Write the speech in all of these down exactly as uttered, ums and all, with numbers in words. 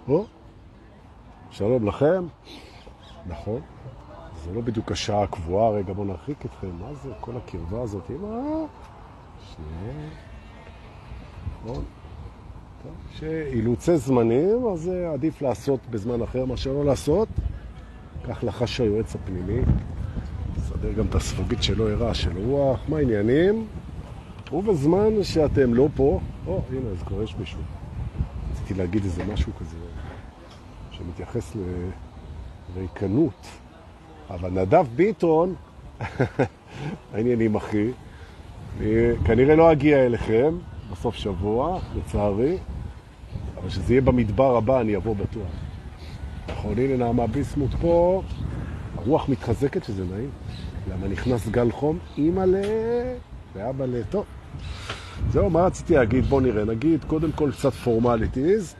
או, שלום לכם. נכון, זה לא בדיוק השעה הקבועה. רגע, בואו נרחיק אתכם. מה זה? כל הקרבה הזאת. מה? שנייה. נכון. שאילוצי זמנים, אז עדיף לעשות בזמן אחר מה שלא לעשות. כך לחש היועץ הפנימי. סדר גם את הספוגית שלא הראה, של רוח. מה העניינים? ובזמן שאתם לא פה, או, הנה, אז כבר יש מישהו. רציתי להגיד איזה משהו כזה שמתייחס לריקנות. אבל נדב ביטון, העניינים אחי, כנראה לא אגיע אליכם בסוף שבוע, לצערי, אבל שזה יהיה במדבר הבא, אני אבוא בטוח. נכון, הנה נעמה ביסמוט פה, הרוח מתחזקת שזה נעים. למה נכנס גל חום? אמא ל... ואבא ל... טוב. זהו, מה רציתי להגיד? בוא נראה. נגיד, קודם כל קצת פורמליטיז.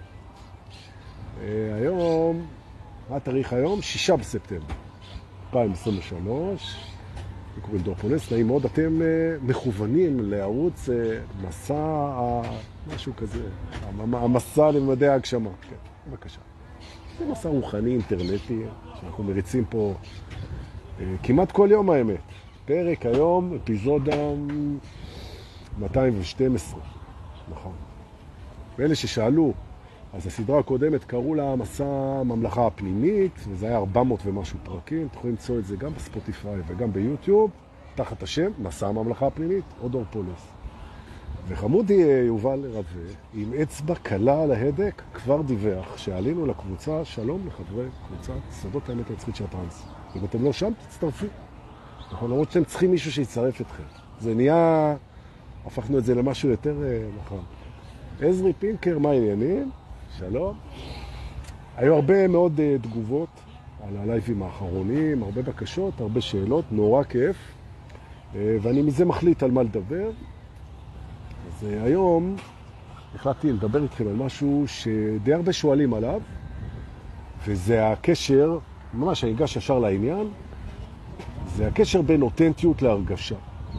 היום, מה התאריך היום? שישה בספטמבר. אלפיים עשרים ושלוש. קוראים דור פונס, נעים מאוד. אתם מכוונים לערוץ מסע, משהו כזה. המסע למדעי ההגשמה. כן, בבקשה. זה מסע רוחני, אינטרנטי, שאנחנו מריצים פה כמעט כל יום האמת. פרק היום, אפיזודה מאתיים ושתים עשרה. נכון. ואלה ששאלו, אז הסדרה הקודמת קראו לה מסע הממלכה הפנימית, וזה היה ארבע מאות ומשהו פרקים. אתם יכולים למצוא את זה גם בספוטיפיי וגם ביוטיוב, תחת השם, מסע הממלכה הפנימית, או דור פולס. וחמודי יובל רווה, עם אצבע קלה על ההדק, כבר דיווח שעלינו לקבוצה, שלום לחברי קבוצת שדות האמת הנצחית של הטרנס. אם אתם לא שם, תצטרפו. נכון, למרות שאתם צריכים מישהו שיצרף אתכם. זה נהיה, הפכנו את זה למשהו יותר נכון. עזרי פינקר, מה העניינים? שלום. היו הרבה מאוד תגובות על הלייבים האחרונים, הרבה בקשות, הרבה שאלות, נורא כיף. ואני מזה מחליט על מה לדבר. אז היום החלטתי לדבר איתכם על משהו שדי הרבה שואלים עליו, וזה הקשר, ממש אני אגש ישר לעניין, זה הקשר בין אותנטיות להרגשה.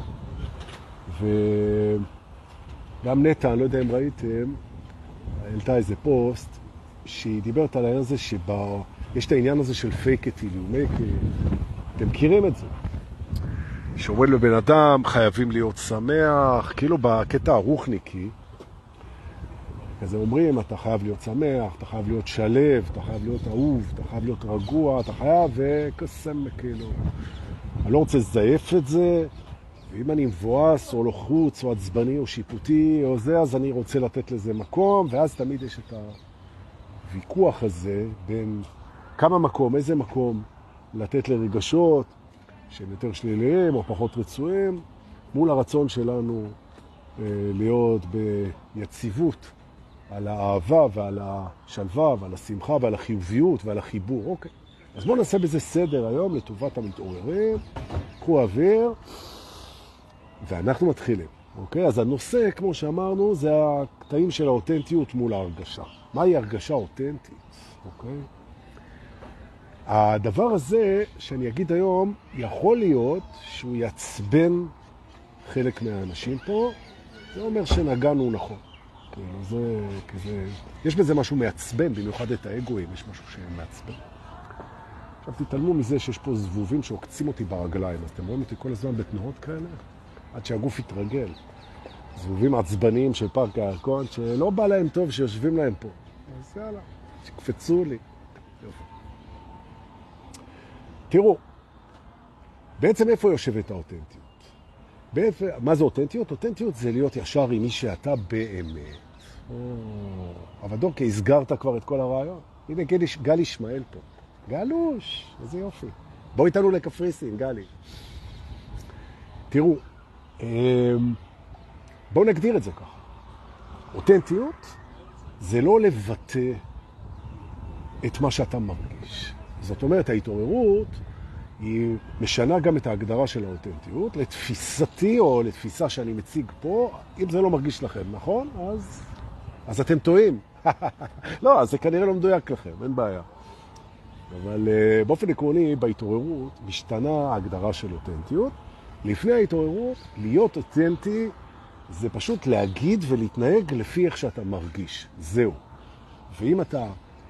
וגם נטע, אני לא יודע אם ראיתם, העלתה איזה פוסט שהיא דיברת על העניין הזה שבה יש את העניין הזה של fake it till you make it. אתם מכירים את זה? שאומרים לבן אדם חייבים להיות שמח, כאילו בקטע הרוחניקי, אז אומרים אתה חייב להיות שמח, אתה חייב להיות שלב, אתה חייב להיות אהוב, אתה חייב להיות רגוע, אתה חייב וקסם כאילו. אני לא רוצה לזייף את זה, ואם אני מבואס או לחוץ או עצבני או שיפוטי או זה, אז אני רוצה לתת לזה מקום, ואז תמיד יש את הוויכוח הזה בין כמה מקום, איזה מקום לתת לרגשות שהם יותר שליליים או פחות רצויים, מול הרצון שלנו אה, להיות ביציבות על האהבה ועל השלווה ועל השמחה ועל החיוביות ועל החיבור. אוקיי. אז בואו נעשה בזה סדר היום לטובת המתעוררים. קחו אוויר, ואנחנו מתחילים. אוקיי? אז הנושא, כמו שאמרנו, זה הקטעים של האותנטיות מול ההרגשה. מהי הרגשה אותנטית? אוקיי? הדבר הזה שאני אגיד היום, יכול להיות שהוא יעצבן חלק מהאנשים פה. זה אומר שנגענו נכון. כאילו זה, כזה... יש בזה משהו מעצבן, במיוחד את האגואים, יש משהו שמעצבן. עכשיו תתעלמו מזה שיש פה זבובים שעוקצים אותי ברגליים, אז אתם רואים אותי כל הזמן בתנועות כאלה? עד שהגוף יתרגל. זבובים עצבניים של פארק הירקון, שלא בא להם טוב שיושבים להם פה. אז יאללה, שקפצו לי. יופי. תראו, בעצם איפה יושבת האותנטיות? באיפה, מה זה אותנטיות? אותנטיות זה להיות ישר עם מי שאתה באמת. או, אבל דורקי, הסגרת כבר את כל הרעיון. הנה גל, גל ישמעאל פה. גלוש, איזה יופי. בוא איתנו לקפריסין, גלי. תראו, בואו נגדיר את זה ככה. אותנטיות זה לא לבטא את מה שאתה מרגיש. זאת אומרת, ההתעוררות היא משנה גם את ההגדרה של האותנטיות, לתפיסתי או לתפיסה שאני מציג פה. אם זה לא מרגיש לכם, נכון? אז, אז אתם טועים. לא, אז זה כנראה לא מדויק לכם, אין בעיה. אבל uh, באופן עקרוני, בהתעוררות משתנה ההגדרה של אותנטיות. לפני ההתעוררות, להיות אותנטי זה פשוט להגיד ולהתנהג לפי איך שאתה מרגיש. זהו. ואם אתה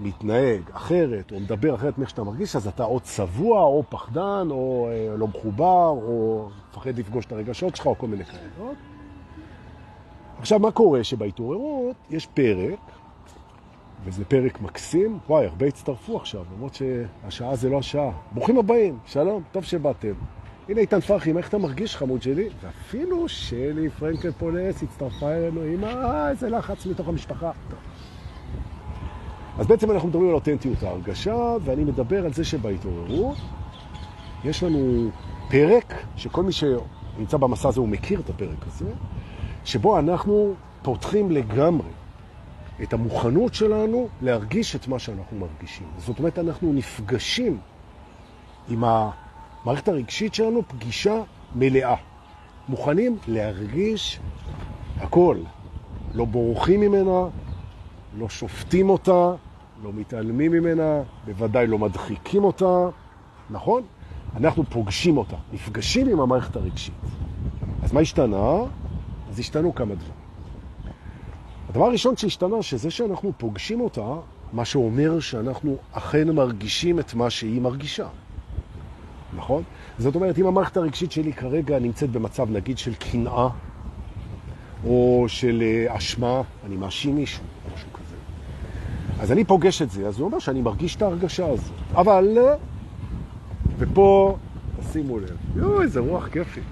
מתנהג אחרת או מדבר אחרת מאיך שאתה מרגיש, אז אתה או צבוע או פחדן או אה, לא מחובר או מפחד לפגוש את הרגשות שלך או כל מיני כאלה. עכשיו, מה קורה? שבהתעוררות יש פרק, וזה פרק מקסים. וואי, הרבה הצטרפו עכשיו, למרות שהשעה זה לא השעה. ברוכים הבאים, שלום, טוב שבאתם. הנה איתן פרחים, איך אתה מרגיש חמוד שלי? ואפילו שלי פרנקל פולס הצטרפה אלינו, אמא, איזה לחץ מתוך המשפחה. טוב. אז בעצם אנחנו מדברים על אותנטיות ההרגשה, ואני מדבר על זה שבהתעוררות יש לנו פרק, שכל מי שנמצא במסע הזה הוא מכיר את הפרק הזה, שבו אנחנו פותחים לגמרי את המוכנות שלנו להרגיש את מה שאנחנו מרגישים. זאת אומרת, אנחנו נפגשים עם המערכת הרגשית שלנו פגישה מלאה. מוכנים להרגיש הכל. לא בורחים ממנה, לא שופטים אותה, לא מתעלמים ממנה, בוודאי לא מדחיקים אותה, נכון? אנחנו פוגשים אותה, נפגשים עם המערכת הרגשית. אז מה השתנה? אז השתנו כמה דברים. הדבר הראשון שהשתנה, שזה שאנחנו פוגשים אותה, מה שאומר שאנחנו אכן מרגישים את מה שהיא מרגישה. נכון? זאת אומרת, אם המערכת הרגשית שלי כרגע נמצאת במצב, נגיד, של קנאה, או של אשמה, אני מאשים מישהו, או משהו כזה. אז אני פוגש את זה, אז זה אומר שאני מרגיש את ההרגשה הזאת. אבל, ופה, תשימו לב, יו, איזה רוח כיפי.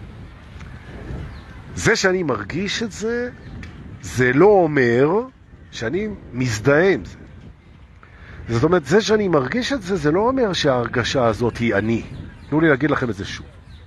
זה שאני מרגיש את זה, זה לא אומר שאני מזדהה עם זה. זאת אומרת, זה שאני מרגיש את זה, זה לא אומר שההרגשה הזאת היא אני. תנו לי להגיד לכם את זה שוב.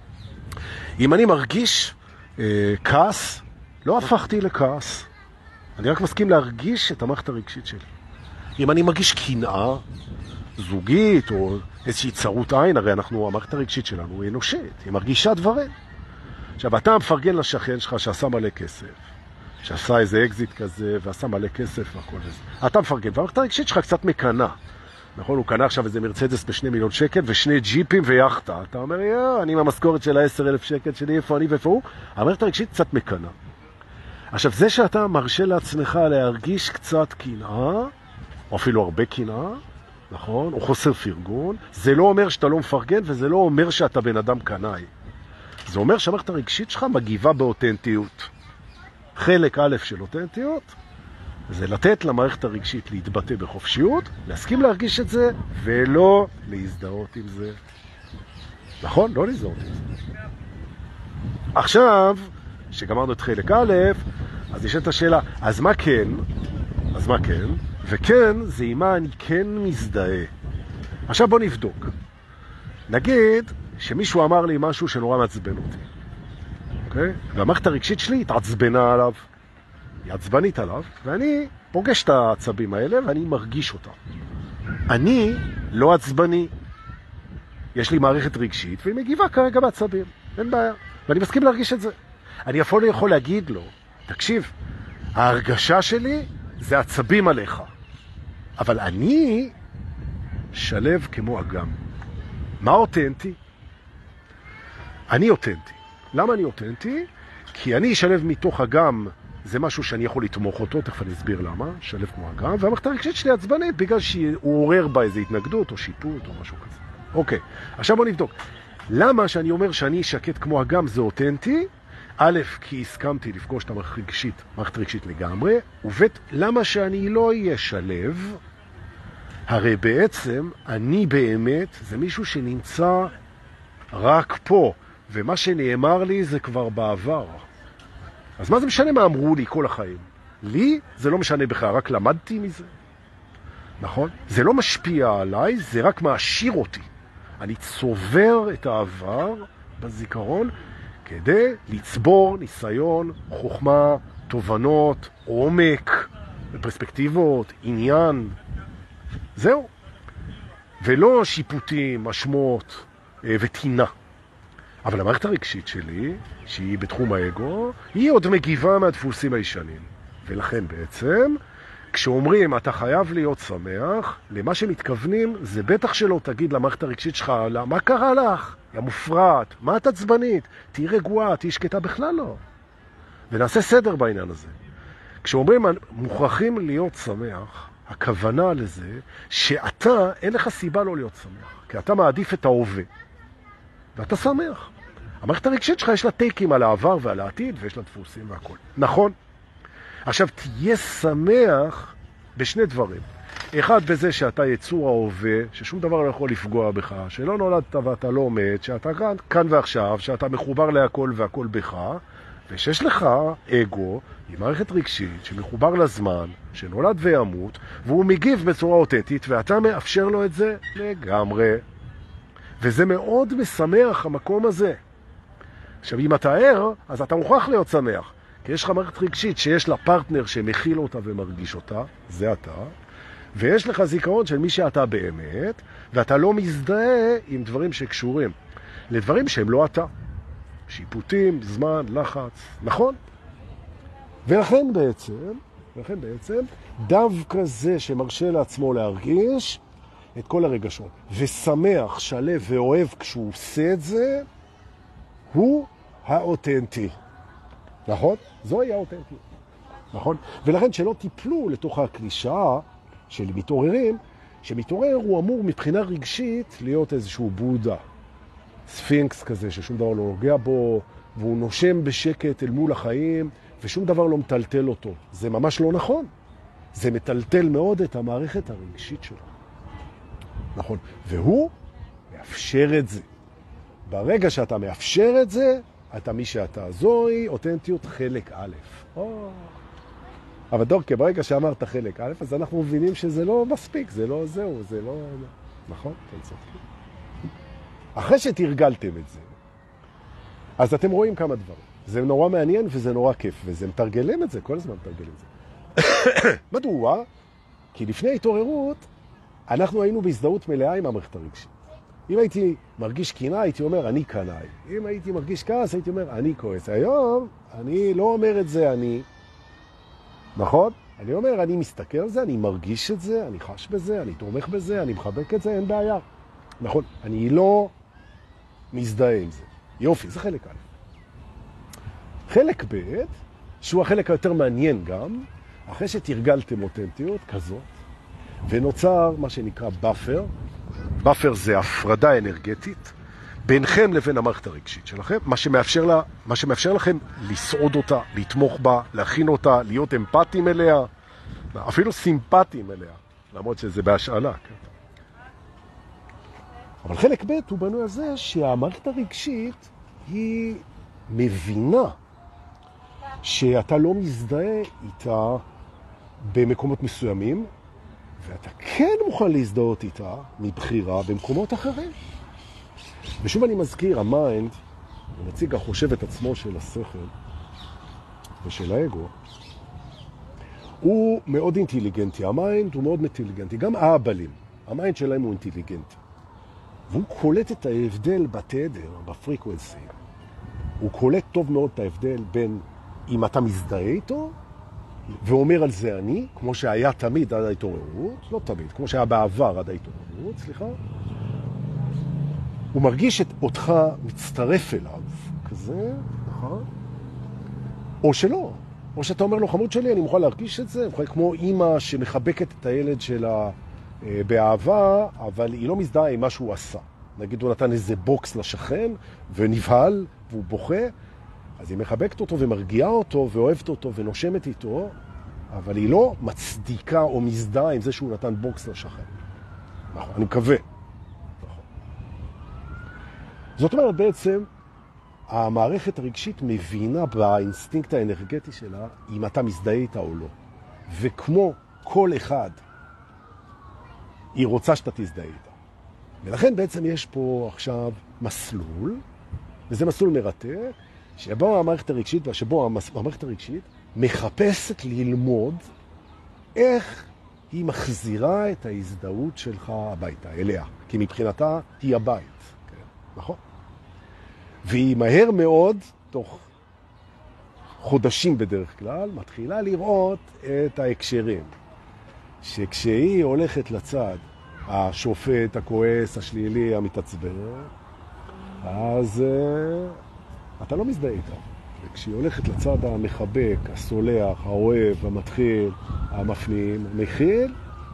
אם אני מרגיש אה, כעס, לא הפכתי לכעס. אני רק מסכים להרגיש את המערכת הרגשית שלי. אם אני מרגיש קנאה זוגית או איזושהי צרות עין, הרי אנחנו, המערכת הרגשית שלנו היא אנושית, היא מרגישה דברים. עכשיו, אתה מפרגן לשכן שלך שעשה מלא כסף, שעשה איזה אקזיט כזה ועשה מלא כסף והכל וזה. אתה מפרגן, והמערכת הרגשית שלך קצת מקנה. נכון, הוא קנה עכשיו איזה מרצדס בשני מיליון שקל ושני ג'יפים ויחטה. אתה אומר, יא, אני עם המשכורת של ה-עשרת אלפים שקל שלי, איפה אני ואיפה הוא? המערכת הרגשית קצת מקנה. עכשיו, זה שאתה מרשה לעצמך להרגיש קצת קנאה, או אפילו הרבה קנאה, נכון, או חוסר פרגון, זה לא אומר שאתה לא מפרגן, וזה לא אומר שאתה בן אדם קנאי. זה אומר שהמערכת הרגשית שלך מגיבה באותנטיות. חלק א' של אותנטיות, זה לתת למערכת הרגשית להתבטא בחופשיות, להסכים להרגיש את זה, ולא להזדהות עם זה. נכון? לא להזדהות עם זה. עכשיו, שגמרנו את חלק א', אז יש את השאלה, אז מה כן? אז מה כן? וכן, זה עם מה אני כן מזדהה. עכשיו בוא נבדוק. נגיד שמישהו אמר לי משהו שנורא מעצבן אותי. אוקיי? והמערכת הרגשית שלי התעצבנה עליו. היא עצבנית עליו, ואני פוגש את העצבים האלה ואני מרגיש אותה. אני לא עצבני. יש לי מערכת רגשית והיא מגיבה כרגע בעצבים. אין בעיה. ואני מסכים להרגיש את זה. אני אפילו יכול להגיד לו, תקשיב, ההרגשה שלי זה עצבים עליך. אבל אני שלב כמו אגם. מה אותנטי? אני אותנטי. למה אני אותנטי? כי אני שלב מתוך אגם, זה משהו שאני יכול לתמוך אותו, תכף אני אסביר למה, שלב כמו אגם, והמערכת הרגשית שלי עצבנית בגלל שהוא עורר בה איזו התנגדות או שיפוט או משהו כזה. אוקיי, עכשיו בוא נבדוק. למה שאני אומר שאני שקט כמו אגם זה אותנטי? א', כי הסכמתי לפגוש את המערכת רגשית, מערכת רגשית לגמרי, וב', למה שאני לא אהיה שלב? הרי בעצם אני באמת, זה מישהו שנמצא רק פה, ומה שנאמר לי זה כבר בעבר. אז מה זה משנה מה אמרו לי כל החיים? לי זה לא משנה בכלל, רק למדתי מזה. נכון? זה לא משפיע עליי, זה רק מעשיר אותי. אני צובר את העבר בזיכרון, כדי לצבור ניסיון, חוכמה, תובנות, עומק, פרספקטיבות, עניין. זהו. ולא שיפוטים, משמעות ותינה. אבל המערכת הרגשית שלי, שהיא בתחום האגו, היא עוד מגיבה מהדפוסים הישנים. ולכן בעצם, כשאומרים אתה חייב להיות שמח, למה שמתכוונים זה בטח שלא תגיד למערכת הרגשית שלך, מה קרה לך? יא מופרעת, מה את עצבנית? תהי רגועה, תהי שקטה, בכלל לא. ונעשה סדר בעניין הזה. כשאומרים מוכרחים להיות שמח, הכוונה לזה שאתה, אין לך סיבה לא להיות שמח, כי אתה מעדיף את ההווה, ואתה שמח. המערכת הרגשית שלך יש לה טייקים על העבר ועל העתיד, ויש לה דפוסים והכל. נכון? עכשיו, תהיה שמח בשני דברים. אחד, בזה שאתה יצור ההווה, ששום דבר לא יכול לפגוע בך, שלא נולדת ואתה לא מת, שאתה כאן, כאן ועכשיו, שאתה מחובר להכל והכל בך, ושיש לך אגו עם מערכת רגשית שמחובר לזמן, שנולד וימות, והוא מגיב בצורה אותנטית, ואתה מאפשר לו את זה לגמרי. וזה מאוד משמח המקום הזה. עכשיו, אם אתה ער, אז אתה מוכרח להיות שמח. כי יש לך מערכת רגשית שיש לה פרטנר שמכיל אותה ומרגיש אותה, זה אתה, ויש לך זיכרון של מי שאתה באמת, ואתה לא מזדהה עם דברים שקשורים לדברים שהם לא אתה. שיפוטים, זמן, לחץ, נכון? ולכן בעצם, ולכן בעצם, דווקא זה שמרשה לעצמו להרגיש את כל הרגשות, ושמח, שלב ואוהב כשהוא עושה את זה, הוא האותנטי. נכון? זוהי האותנטי. נכון? ולכן שלא תיפלו לתוך הקלישאה של מתעוררים, שמתעורר הוא אמור מבחינה רגשית להיות איזשהו בודה. ספינקס כזה ששום דבר לא נוגע בו, והוא נושם בשקט אל מול החיים, ושום דבר לא מטלטל אותו. זה ממש לא נכון. זה מטלטל מאוד את המערכת הרגשית שלו. נכון. והוא מאפשר את זה. ברגע שאתה מאפשר את זה, אתה מי שאתה. זוהי אותנטיות חלק א'. או... אבל דורקה, ברגע שאמרת חלק א', אז אנחנו מבינים שזה לא מספיק, זה לא זהו, זה לא... נכון? אתם צודקים. אחרי שתרגלתם את זה, אז אתם רואים כמה דברים. זה נורא מעניין וזה נורא כיף, וזה מתרגלים את זה, כל הזמן מתרגלים את זה. מדוע? כי לפני ההתעוררות, אנחנו היינו בהזדהות מלאה עם המערכת הרגשית. אם הייתי מרגיש קינה, הייתי אומר, אני קנאי. אם הייתי מרגיש כעס, הייתי אומר, אני כועס. היום, אני לא אומר את זה, אני... נכון? אני אומר, אני מסתכל על זה, אני מרגיש את זה, אני חש בזה, אני תומך בזה, אני מחבק את זה, אין בעיה. נכון? אני לא מזדהה עם זה. יופי, זה חלק א'. חלק ב', שהוא החלק היותר מעניין גם, אחרי שתרגלתם אותנטיות כזאת, ונוצר מה שנקרא באפר, באפר זה הפרדה אנרגטית, ביניכם לבין המערכת הרגשית שלכם, מה שמאפשר, לה, מה שמאפשר לכם לסעוד אותה, לתמוך בה, להכין אותה, להיות אמפתיים אליה, אפילו סימפטיים אליה, למרות שזה בהשאלה. כן? אבל חלק ב' הוא בנוי על זה שהמערכת הרגשית היא מבינה שאתה לא מזדהה איתה במקומות מסוימים, ואתה כן מוכן להזדהות איתה מבחירה במקומות אחרים. ושוב אני מזכיר, המיינד, הנציג החושב את עצמו של השכל ושל האגו, הוא מאוד אינטליגנטי. המיינד הוא מאוד אינטליגנטי. גם האבלים, המיינד שלהם הוא אינטליגנטי. והוא קולט את ההבדל בתדר, בפריקוונסי. הוא קולט טוב מאוד את ההבדל בין אם אתה מזדהה איתו, ואומר על זה אני, כמו שהיה תמיד עד ההתעוררות, לא תמיד, כמו שהיה בעבר עד ההתעוררות, סליחה. הוא מרגיש את אותך מצטרף אליו, כזה, נכון? או שלא. או שאתה אומר לו, חמוד שלי, אני מוכן להרגיש את זה, כמו אמא שמחבקת את הילד שלה באהבה, אבל היא לא מזדהה עם מה שהוא עשה. נגיד, הוא נתן איזה בוקס לשכן, ונבהל, והוא בוכה, אז היא מחבקת אותו ומרגיעה אותו, ואוהבת אותו ונושמת איתו, אבל היא לא מצדיקה או מזדהה עם זה שהוא נתן בוקס לשכן. נכון, אני מקווה. נכון. זאת אומרת, בעצם, המערכת הרגשית מבינה באינסטינקט האנרגטי שלה, אם אתה מזדהה איתה או לא. וכמו כל אחד, היא רוצה שאתה תזדהה איתה. ולכן בעצם יש פה עכשיו מסלול, וזה מסלול מרתק, שבו המערכת הרגשית, ושבו המערכת הרגשית מחפשת ללמוד איך היא מחזירה את ההזדהות שלך הביתה, אליה. כי מבחינתה היא הבית. כן? נכון? והיא מהר מאוד, תוך חודשים בדרך כלל, מתחילה לראות את ההקשרים. שכשהיא הולכת לצד, השופט, הכועס, השלילי, המתעצבן, אז uh, אתה לא מזדהה איתה. וכשהיא הולכת לצד המחבק, הסולח, האוהב, המתחיל, המפנים, המכיל,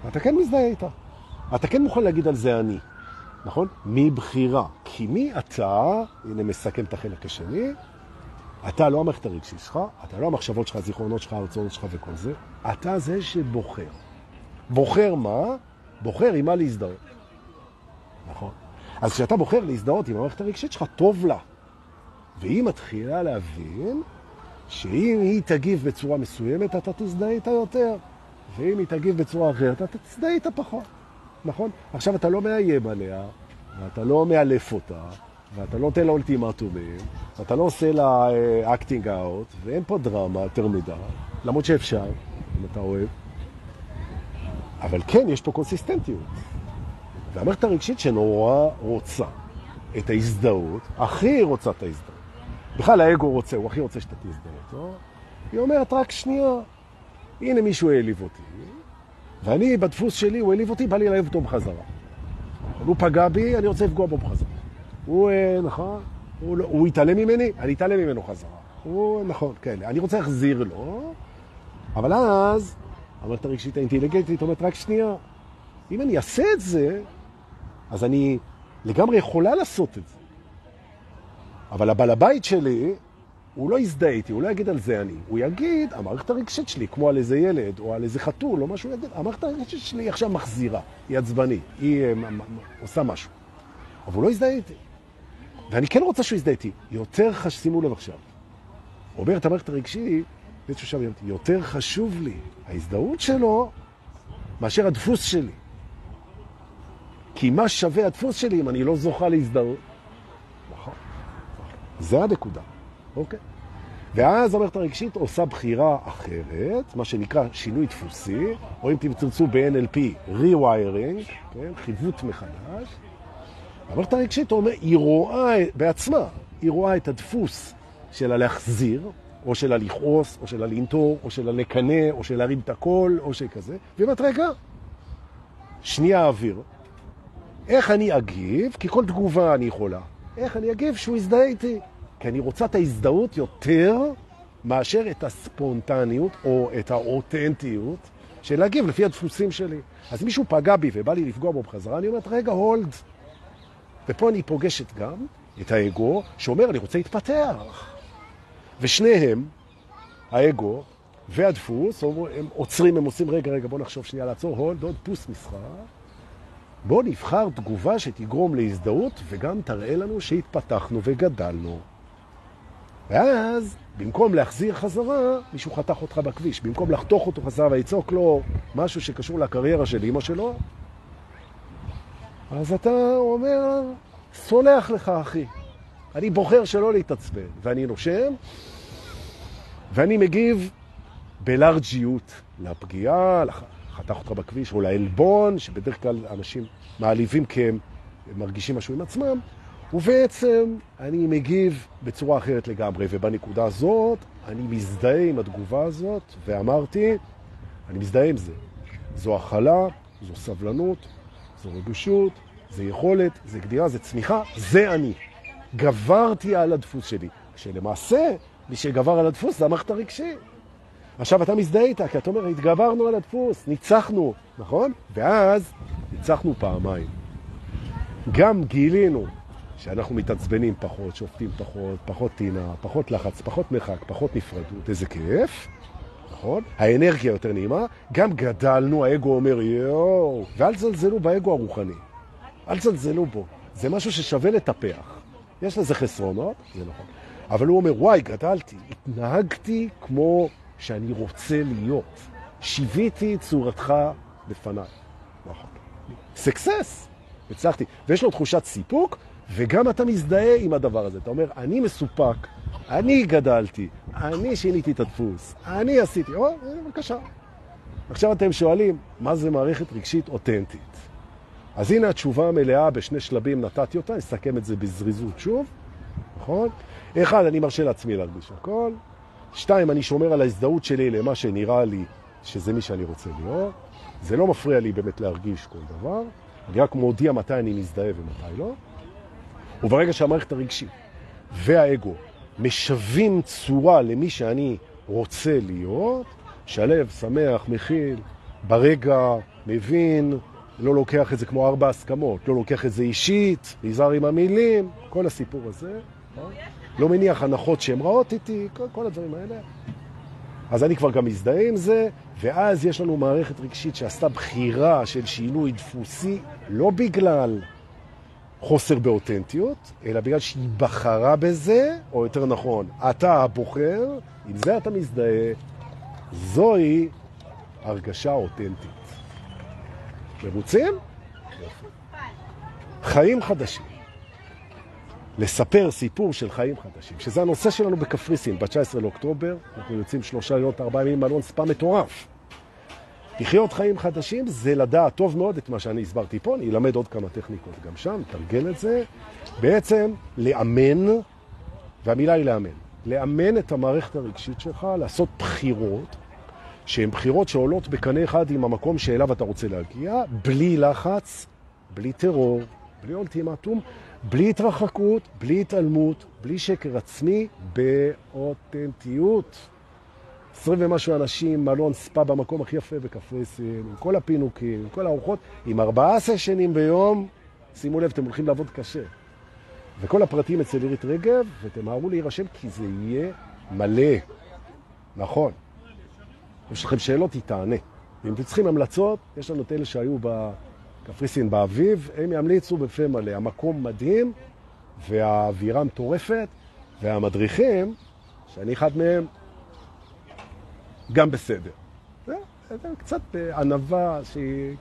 אתה כן מזדהה איתה. אתה כן מוכן להגיד על זה אני, נכון? מבחירה. כי מי אתה, הנה מסכם את החלק השני, אתה לא המערכת הרגשית שלך, אתה לא המחשבות שלך, הזיכרונות שלך, הרצונות שלך וכל זה, אתה זה שבוחר. בוחר מה? בוחר עם מה להזדהות. נכון? אז כשאתה בוחר להזדהות עם המערכת הרגשית שלך, טוב לה. והיא מתחילה להבין שאם היא תגיב בצורה מסוימת, אתה תזדהה איתה יותר. ואם היא תגיב בצורה אחרת, אתה תזדהה איתה פחות. נכון? עכשיו אתה לא מאיים עליה, ואתה לא מאלף אותה, ואתה לא נותן לה אולטימטומים, ואתה לא עושה לה אקטינג אאוט, ואין פה דרמה יותר מדי, למרות שאפשר, אם אתה אוהב. אבל כן, יש פה קונסיסטנטיות. והמערכת הרגשית שנורא רוצה את ההזדהות, הכי רוצה את ההזדהות. בכלל האגו רוצה, הוא הכי רוצה שאתה תזדהות. לא? היא אומרת רק שנייה, הנה מישהו העליב אותי, ואני בדפוס שלי, הוא העליב אותי, בא לי להעליב אותו בחזרה. הוא פגע בי, אני רוצה לפגוע בו בחזרה. הוא, נכון, הוא, הוא יתעלם ממני, אני אתעלם ממנו חזרה. הוא, נכון, כאלה. אני רוצה להחזיר לו, אבל אז, המערכת הרגשית האינטליגנטית אומרת רק שנייה. אם אני אעשה את זה, אז אני לגמרי יכולה לעשות את זה. אבל הבעל הבית שלי, הוא לא יזדהה איתי, הוא לא יגיד על זה אני. הוא יגיד, המערכת הרגשית שלי, כמו על איזה ילד, או על איזה חתול, או משהו יגיד, המערכת הרגשית שלי היא עכשיו מחזירה, היא עצבנית, היא עושה משהו. אבל הוא לא יזדהה איתי. ואני כן רוצה שהוא יזדהה איתי. יותר חשוב, שימו לב עכשיו. אומרת המערכת הרגשית, יותר חשוב לי ההזדהות שלו, מאשר הדפוס שלי. כי מה שווה הדפוס שלי אם אני לא זוכה להזדהות? נכון. זה הנקודה. אוקיי? ואז המערכת הרגשית עושה בחירה אחרת, מה שנקרא שינוי דפוסי, או אם תמצאו ב-אן אל פי, rewiring, כן? חיווט מחדש. המערכת הרגשית אומר, היא רואה בעצמה, היא רואה את הדפוס שלה להחזיר, או שלה לכעוס, או שלה לנטור, או שלה לקנה, או שלה להרים את הכל, או שכזה. ואומרת, רגע, שנייה אוויר. איך אני אגיב? כי כל תגובה אני יכולה. איך אני אגיב שהוא יזדהה איתי? כי אני רוצה את ההזדהות יותר מאשר את הספונטניות או את האותנטיות של להגיב לפי הדפוסים שלי. אז מישהו פגע בי ובא לי לפגוע בו בחזרה, אני אומרת, רגע, הולד. ופה אני פוגשת גם את האגו שאומר, אני רוצה להתפתח. ושניהם, האגו והדפוס, הם עוצרים, הם עושים, רגע, רגע, בוא נחשוב שנייה לעצור, הולד, עוד פוס משחק. בוא נבחר תגובה שתגרום להזדהות וגם תראה לנו שהתפתחנו וגדלנו. ואז, במקום להחזיר חזרה, מישהו חתך אותך בכביש. במקום לחתוך אותו חזרה ויצוק לו משהו שקשור לקריירה של אמא שלו, אז אתה אומר, סולח לך אחי. אני בוחר שלא להתעצבן. ואני נושם, ואני מגיב בלארג'יות לפגיעה, חתך אותך בכביש, או לעלבון, שבדרך כלל אנשים מעליבים כי הם מרגישים משהו עם עצמם, ובעצם אני מגיב בצורה אחרת לגמרי, ובנקודה הזאת אני מזדהה עם התגובה הזאת, ואמרתי, אני מזדהה עם זה. זו הכלה, זו סבלנות, זו רגישות, זה יכולת, זה גדירה, זה צמיחה, זה אני. גברתי על הדפוס שלי, כשלמעשה מי שגבר על הדפוס זה המערכת הרגשית. עכשיו אתה מזדהה איתה, כי אתה אומר, התגברנו על הדפוס, ניצחנו, נכון? ואז ניצחנו פעמיים. גם גילינו שאנחנו מתעצבנים פחות, שופטים פחות, פחות טינה, פחות לחץ, פחות מרחק, פחות נפרדות, איזה כיף, נכון? האנרגיה יותר נעימה, גם גדלנו, האגו אומר, יואו, ואל תזלזלו באגו הרוחני. אל תזלזלו בו. זה משהו ששווה לטפח. יש לזה חסרונות, זה נכון. אבל הוא אומר, וואי, גדלתי, התנהגתי כמו שאני רוצה להיות. שיוויתי צורתך בפניי. נכון. סקסס. הצלחתי. ויש לו תחושת סיפוק, וגם אתה מזדהה עם הדבר הזה. אתה אומר, אני מסופק, אני גדלתי, אני שיניתי את הדפוס, אני עשיתי. או, בבקשה. עכשיו אתם שואלים, מה זה מערכת רגשית אותנטית? אז הנה התשובה המלאה בשני שלבים נתתי אותה, נסכם את זה בזריזות שוב, נכון? אחד, אני מרשה לעצמי להרגיש הכל. שתיים, אני שומר על ההזדהות שלי למה שנראה לי שזה מי שאני רוצה להיות. זה לא מפריע לי באמת להרגיש כל דבר. אני רק מודיע מתי אני מזדהה ומתי לא. וברגע שהמערכת הרגשית והאגו משווים צורה למי שאני רוצה להיות, שלב, שמח, מכיל, ברגע, מבין, לא לוקח את זה כמו ארבע הסכמות, לא לוקח את זה אישית, נזהר עם המילים, כל הסיפור הזה. לא מניח הנחות שהן רעות איתי, כל, כל הדברים האלה. אז אני כבר גם מזדהה עם זה, ואז יש לנו מערכת רגשית שעשתה בחירה של שינוי דפוסי, לא בגלל חוסר באותנטיות, אלא בגלל שהיא בחרה בזה, או יותר נכון, אתה הבוחר, עם זה אתה מזדהה, זוהי הרגשה אותנטית. מרוצים? חיים חדשים. לספר סיפור של חיים חדשים, שזה הנושא שלנו בקפריסין, ב-תשעה עשר לאוקטובר, אנחנו יוצאים שלושה לילות, ארבעה ימים, מלון ספא מטורף. לחיות חיים חדשים זה לדעת טוב מאוד את מה שאני הסברתי פה, אני אלמד עוד כמה טכניקות גם שם, תרגל את זה. בעצם לאמן, והמילה היא לאמן, לאמן את המערכת הרגשית שלך, לעשות בחירות, שהן בחירות שעולות בקנה אחד עם המקום שאליו אתה רוצה להגיע, בלי לחץ, בלי טרור, בלי אולטימטום, בלי התרחקות, בלי התעלמות, בלי שקר עצמי, באותנטיות. עשרים ומשהו אנשים, מלון ספא במקום הכי יפה בקפריסין, עם כל הפינוקים, עם כל הארוחות, עם ארבעה סשנים ביום, שימו לב, אתם הולכים לעבוד קשה. וכל הפרטים אצל עירית רגב, ותמהרו להירשם כי זה יהיה מלא. נכון. יש לכם שאלות, היא תענה. ואם אתם צריכים המלצות, יש לנו את אלה שהיו בקפריסין באביב, הם ימליצו בפה מלא. המקום מדהים, והאווירה מטורפת, והמדריכים, שאני אחד מהם, גם בסדר. זה, זה קצת ענבה שהיא...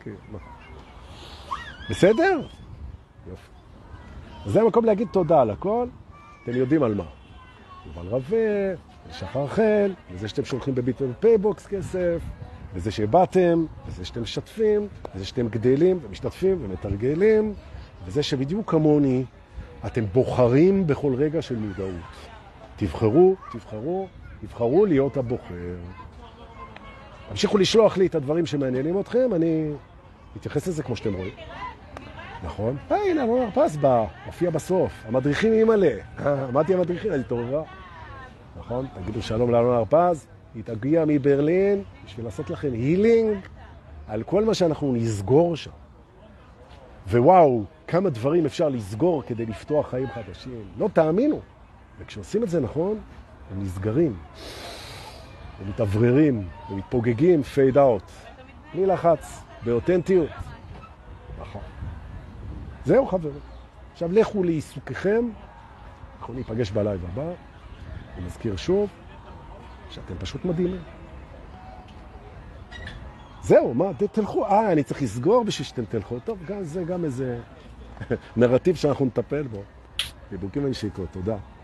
בסדר? יופי. אז זה המקום להגיד תודה על הכל. אתם יודעים על מה. יובל רווה, שחר חל, וזה שאתם שולחים בביטל פייבוקס כסף, וזה שבאתם, וזה שאתם משתפים, וזה שאתם גדלים ומשתתפים ומתרגלים, וזה שבדיוק כמוני, אתם בוחרים בכל רגע של מודעות. תבחרו, תבחרו, תבחרו להיות הבוחר. המשיכו לשלוח לי את הדברים שמעניינים אתכם, אני אתייחס לזה כמו שאתם רואים. נכון? היי, הנה, אמר, פס בא, הופיע בסוף. המדריכים היא מלא. אמרתי המדריכים, אני תורבה. נכון? תגידו שלום לאלון הרפז, היא תגיע מברלין בשביל לעשות לכם הילינג על כל מה שאנחנו נסגור שם. ווואו, כמה דברים אפשר לסגור כדי לפתוח חיים חדשים. לא תאמינו. וכשעושים את זה נכון, הם נסגרים. הם מתעבררים, הם מתפוגגים, פייד אאוט. בלי לחץ, באותנטיות. נכון. זהו חברים. עכשיו לכו לעיסוקיכם, אנחנו ניפגש בלייב הבא. אני מזכיר שוב שאתם פשוט מדהימים. זהו, מה, תלכו, אה, אני צריך לסגור בשביל שאתם תלכו. טוב, גם זה גם איזה נרטיב שאנחנו נטפל בו. חיבוקים ונשיקות, תודה.